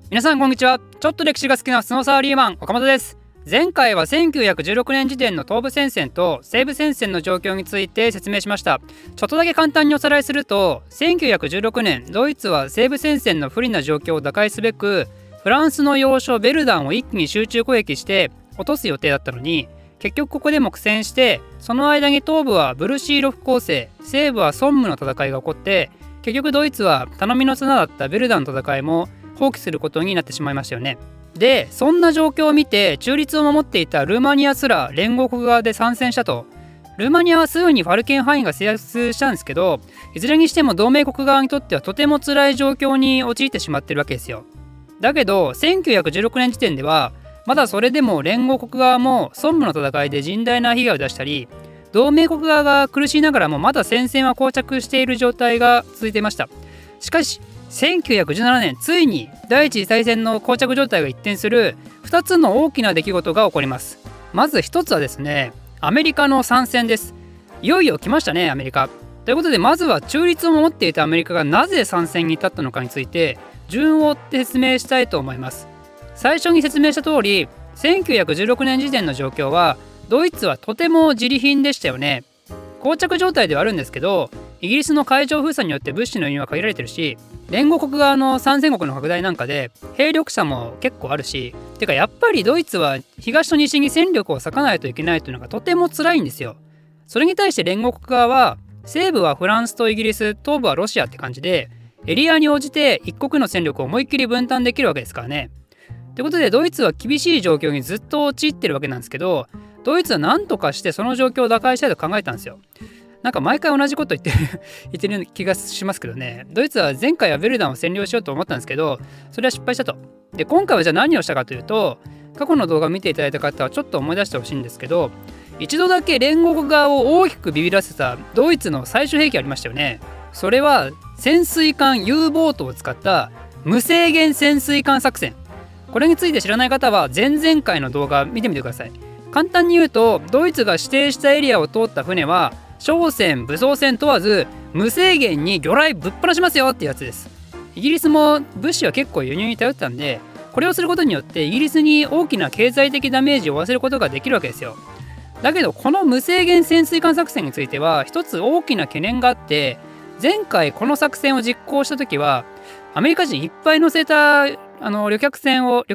皆さんこんにちは。ちょっと歴史が好きなスノーサーリーマン岡本です。前回は1916年時点の東部戦線と西部戦線の状況について説明しました。ちょっとだけ簡単におさらいすると、1916年ドイツは西部戦線の不利な状況を打開すべくフランスの要衝ベルダンを一気に集中攻撃して落とす予定だったのに、結局ここでも苦戦して、その間に東部はブルシーロフ攻勢、西部はソンムの戦いが起こって、結局ドイツは頼みの綱だったベルダンの戦いも放棄することになってしまいましたよね。で、そんな状況を見て中立を守っていたルーマニアすら連合国側で参戦したと。ルーマニアはすぐにファルケン範囲が制圧したんですけど、いずれにしても同盟国側にとってはとても辛い状況に陥ってしまってるわけですよ。だけど1916年時点ではまだそれでも連合国側もソンムの戦いで甚大な被害を出したり、同盟国側が苦しいながらもまだ戦線は膠着している状態が続いていました。しかし1917年、ついに第一次大戦の膠着状態が一転する2つの大きな出来事が起こります。まず1つはですね、アメリカの参戦です。いよいよ来ましたね、アメリカ。ということで、まずは中立を守っていたアメリカがなぜ参戦に至ったのかについて順を追って説明したいと思います。最初に説明した通り、1916年時点の状況はドイツはとても自利品でしたよね。膠着状態ではあるんですけど、イギリスの海上封鎖によって物資の輸入は限られてるし、連合国側の参戦国の拡大なんかで兵力差も結構あるし、てかやっぱりドイツは東と西に戦力を割かないといけないというのがとても辛いんですよ。それに対して連合国側は西部はフランスとイギリス、東部はロシアって感じで、エリアに応じて一国の戦力を思いっきり分担できるわけですからね。ということでドイツは厳しい状況にずっと陥ってるわけなんですけど、ドイツは何とかしてその状況を打開したいと考えたんですよ。なんか毎回同じこと言ってる気がしますけどね。ドイツは前回はベルダンを占領しようと思ったんですけど、それは失敗したと。で、今回はじゃあ何をしたかというと、過去の動画を見ていただいた方はちょっと思い出してほしいんですけど、一度だけ連合国側を大きくビビらせたドイツの最終兵器ありましたよね。それは潜水艦 U ボートを使った無制限潜水艦作戦。これについて知らない方は前々回の動画見てみてください。簡単に言うと、ドイツが指定したエリアを通った船は商船武装船問わず無制限に魚雷ぶっ放しますよってやつです。イギリスも物資は結構輸入に頼ってたんで、これをすることによってイギリスに大きな経済的ダメージを負わせることができるわけですよ。だけどこの無制限潜水艦作戦については一つ大きな懸念があって、前回この作戦を実行した時はアメリカ人いっぱい乗せた旅客船を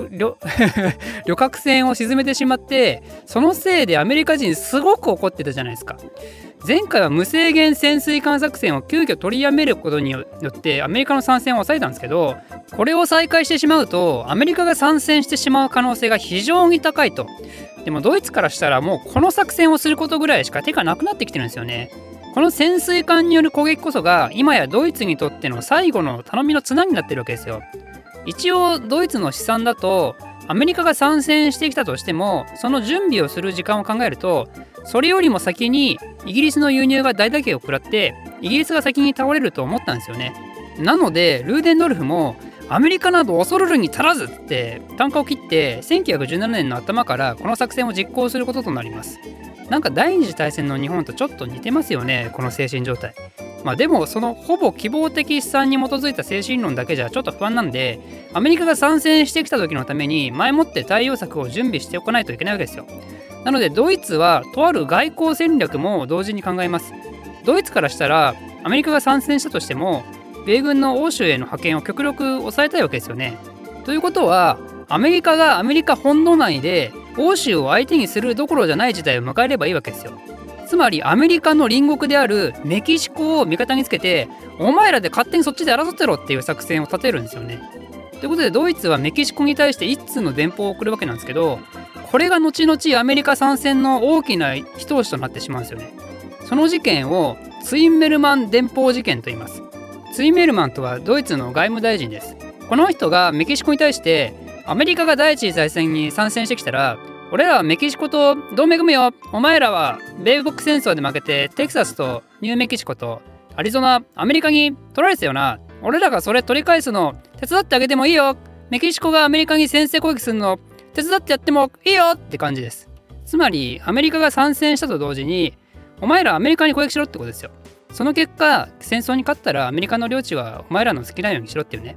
沈めてしまって、そのせいでアメリカ人すごく怒ってたじゃないですか。前回は無制限潜水艦作戦を急遽取りやめることによってアメリカの参戦を抑えたんですけど、これを再開してしまうとアメリカが参戦してしまう可能性が非常に高いと。でもドイツからしたらもうこの作戦をすることぐらいしか手がなくなってきてるんですよね。この潜水艦による攻撃こそが今やドイツにとっての最後の頼みの綱になってるわけですよ。一応ドイツの試算だと、アメリカが参戦してきたとしてもその準備をする時間を考えると、それよりも先にイギリスの輸入が大打撃を食らってイギリスが先に倒れると思ったんですよね。なのでルーデンドルフもアメリカなど恐るるに足らずって単価を切って1917年の頭からこの作戦を実行することとなります。なんか第二次大戦の日本とちょっと似てますよね、この精神状態。でもそのほぼ希望的試算に基づいた精神論だけじゃちょっと不安なんで、アメリカが参戦してきた時のために前もって対応策を準備しておかないといけないわけですよ。なのでドイツはとある外交戦略も同時に考えます。ドイツからしたらアメリカが参戦したとしても米軍の欧州への派遣を極力抑えたいわけですよね。ということはアメリカがアメリカ本土内で欧州を相手にするどころじゃない事態を迎えればいいわけですよ。つまりアメリカの隣国であるメキシコを味方につけて、お前らで勝手にそっちで争ってろっていう作戦を立てるんですよね。ということでドイツはメキシコに対して一通の電報を送るわけなんですけど、これが後々アメリカ参戦の大きな一押しとなってしまうんですよね。その事件をツインメルマン電報事件と言います。ツインメルマンとはドイツの外務大臣です。この人がメキシコに対して、アメリカが第一次大戦に参戦してきたら俺らはメキシコと同盟組むよ。お前らは米国戦争で負けてテキサスとニューメキシコとアリゾナ、アメリカに取られてたよな。俺らがそれ取り返すの手伝ってあげてもいいよ。メキシコがアメリカに先制攻撃するの手伝ってやってもいいよって感じです。つまりアメリカが参戦したと同時にお前らアメリカに攻撃しろってことですよ。その結果戦争に勝ったらアメリカの領地はお前らの好きなようにしろっていうね。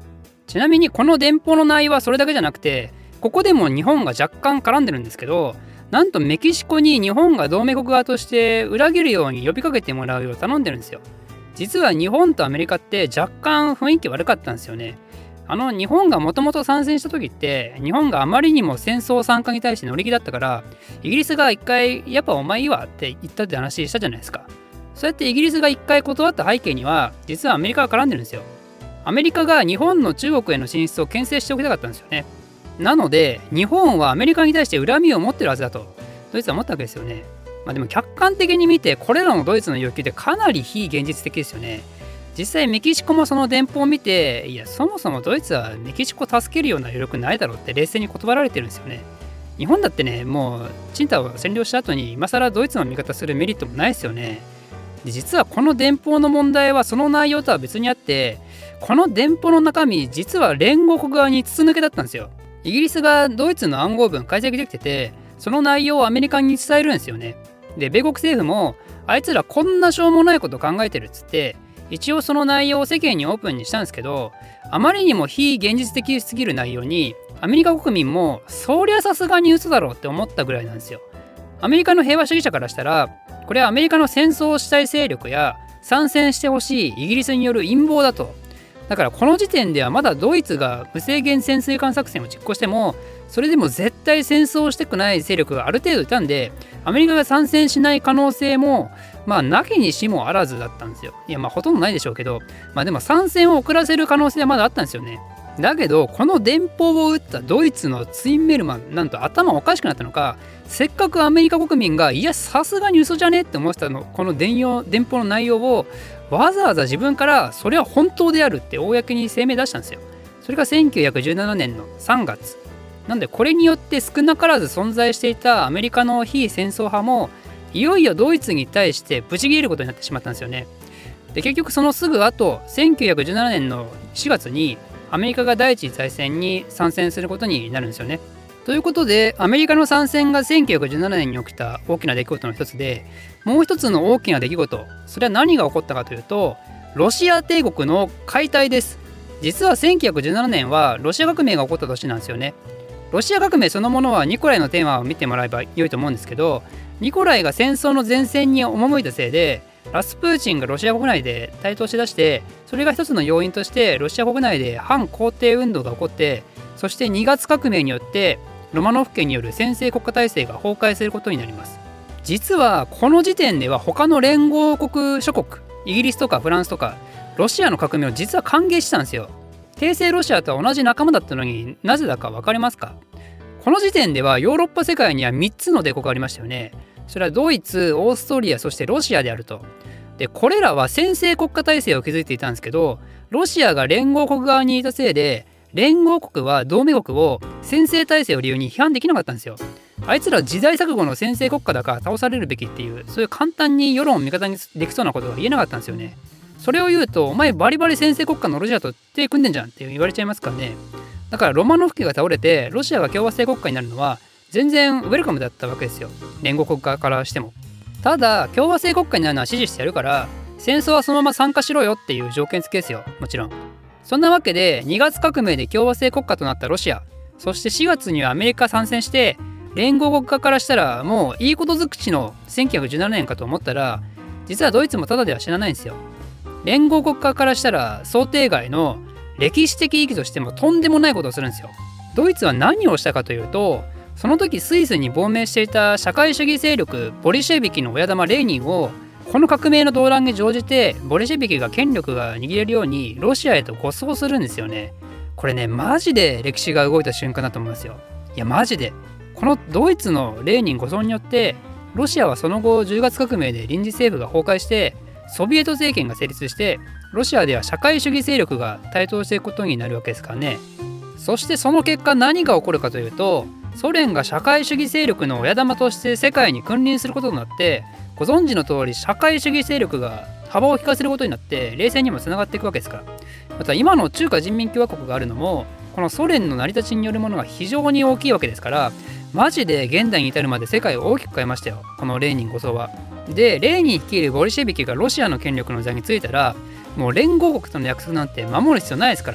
ちなみにこの電報の内容はそれだけじゃなくて、ここでも日本が若干絡んでるんですけど、なんとメキシコに日本が同盟国側として裏切るように呼びかけてもらうよう頼んでるんですよ。実は日本とアメリカって若干雰囲気悪かったんですよね。日本がもともと参戦した時って、日本があまりにも戦争参加に対して乗り気だったから、イギリスが一回やっぱお前いいわって言ったって話したじゃないですか。そうやってイギリスが一回断った背景には、実はアメリカが絡んでるんですよ。アメリカが日本の中国への進出を牽制しておきたかったんですよね。なので日本はアメリカに対して恨みを持ってるはずだとドイツは思ったわけですよね。でも客観的に見てこれらのドイツの要求ってかなり非現実的ですよね。実際メキシコもその電報を見て、いやそもそもドイツはメキシコを助けるような余力ないだろうって冷静に断られてるんですよね。日本だってね、もうチンタを占領した後に今更ドイツの味方するメリットもないですよね。で実はこの電報の問題はその内容とは別にあって、この電報の中身実は連合国側に筒抜けだったんですよ。イギリスがドイツの暗号文解析できてて、その内容をアメリカに伝えるんですよね。で米国政府もあいつらこんなしょうもないこと考えてるっつって一応その内容を世間にオープンにしたんですけど、あまりにも非現実的すぎる内容にアメリカ国民もそりゃさすがに嘘だろうって思ったぐらいなんですよ。アメリカの平和主義者からしたら、これはアメリカの戦争をしたい勢力や参戦してほしいイギリスによる陰謀だと。だからこの時点ではまだドイツが無制限潜水艦作戦を実行しても、それでも絶対戦争をしたくない勢力がある程度いたんで、アメリカが参戦しない可能性もなきにしもあらずだったんですよ。いやほとんどないでしょうけど、でも参戦を遅らせる可能性はまだあったんですよね。だけどこの電報を打ったドイツのツインメルマン、なんと頭おかしくなったのか、せっかくアメリカ国民がいやさすがに嘘じゃねって思ってたの、この電報の内容をわざわざ自分からそれは本当であるって公に声明出したんですよ。それが1917年の3月なんで、これによって少なからず存在していたアメリカの非戦争派もいよいよドイツに対してブチ切れることになってしまったんですよね。で結局そのすぐ後1917年の4月にアメリカが第一次大戦に参戦することになるんですよね。ということでアメリカの参戦が1917年に起きた大きな出来事の一つで、もう一つの大きな出来事、それは何が起こったかというと、ロシア帝国の解体です。実は1917年はロシア革命が起こった年なんですよね。ロシア革命そのものはニコライのテーマを見てもらえば良いと思うんですけど、ニコライが戦争の前線に赴いたせいでラスプーチンがロシア国内で台頭しだして、それが一つの要因としてロシア国内で反皇帝運動が起こって、そして2月革命によってロマノフ家による専制国家体制が崩壊することになります。実はこの時点では他の連合国諸国、イギリスとかフランスとかロシアの革命を実は歓迎したんですよ。帝政ロシアとは同じ仲間だったのになぜだか分かりますか？この時点ではヨーロッパ世界には3つの帝国がありましたよね。それはドイツ、オーストリア、そしてロシアであると。でこれらは専制国家体制を築いていたんですけど、ロシアが連合国側にいたせいで連合国は同盟国を専制体制を理由に批判できなかったんですよ。あいつら時代錯誤の専制国家だから倒されるべきっていう、そういう簡単に世論を味方にできそうなことが言えなかったんですよね。それを言うと、お前バリバリ専制国家のロシアと手組んでんじゃんって言われちゃいますからね。だからロマノフ家が倒れてロシアが共和制国家になるのは全然ウェルカムだったわけですよ、連合国側からしても。ただ共和制国家になるのは支持してやるから、戦争はそのまま参加しろよっていう条件付けですよ、もちろん。そんなわけで2月革命で共和制国家となったロシア、そして4月にはアメリカ参戦して、連合国家からしたらもういいこと尽くしの1917年かと思ったら、実はドイツもただでは死なないんですよ。連合国家からしたら想定外の歴史的意義としてもとんでもないことをするんですよ。ドイツは何をしたかというと、その時スイスに亡命していた社会主義勢力ボリシェビキの親玉レーニンをこの革命の動乱に乗じてボリシェビキが権力が握れるようにロシアへと護送するんですよね。これね、マジで歴史が動いた瞬間だと思いますよ。いやマジでこのドイツのレーニン護送によってロシアはその後10月革命で臨時政府が崩壊してソビエト政権が成立して、ロシアでは社会主義勢力が台頭していくことになるわけですからね。そしてその結果何が起こるかというと、ソ連が社会主義勢力の親玉として世界に君臨することになって、ご存知の通り社会主義勢力が幅を利かせることになって冷戦にもつながっていくわけですから。また今の中華人民共和国があるのもこのソ連の成り立ちによるものが非常に大きいわけですから、マジで現代に至るまで世界を大きく変えましたよ、このレーニン護送は。でレーニン率いるボリシェビキがロシアの権力の座についたら、もう連合国との約束なんて守る必要ないですから。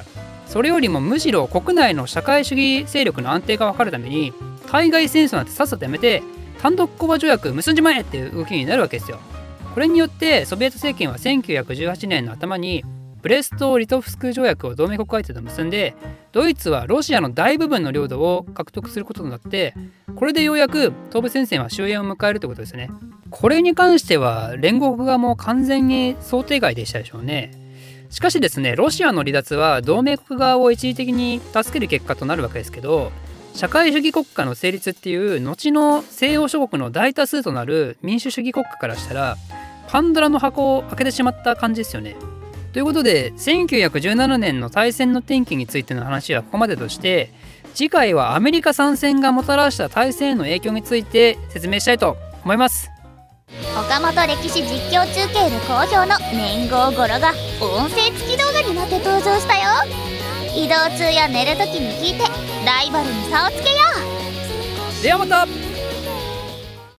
それよりもむしろ国内の社会主義勢力の安定が図るために対外戦争なんてさっさとやめて単独講和条約結んじまえっていう動きになるわけですよ。これによってソビエト政権は1918年の頭にブレスト・リトフスク条約を同盟国相手と結んで、ドイツはロシアの大部分の領土を獲得することになって、これでようやく東部戦線は終焉を迎えるということですね。これに関しては連合国側も完全に想定外でしたでしょうね。しかしですね、ロシアの離脱は同盟国側を一時的に助ける結果となるわけですけど、社会主義国家の成立っていう後の西洋諸国の大多数となる民主主義国家からしたらパンドラの箱を開けてしまった感じですよね。ということで1917年の大戦の転機についての話はここまでとして、次回はアメリカ参戦がもたらした大戦への影響について説明したいと思います。 岡本歴史実況中継で好評の年号語呂が音声付き動画になって登場したよ。移動中や寝るときに聞いてライバルに差をつけよう。 ではまた。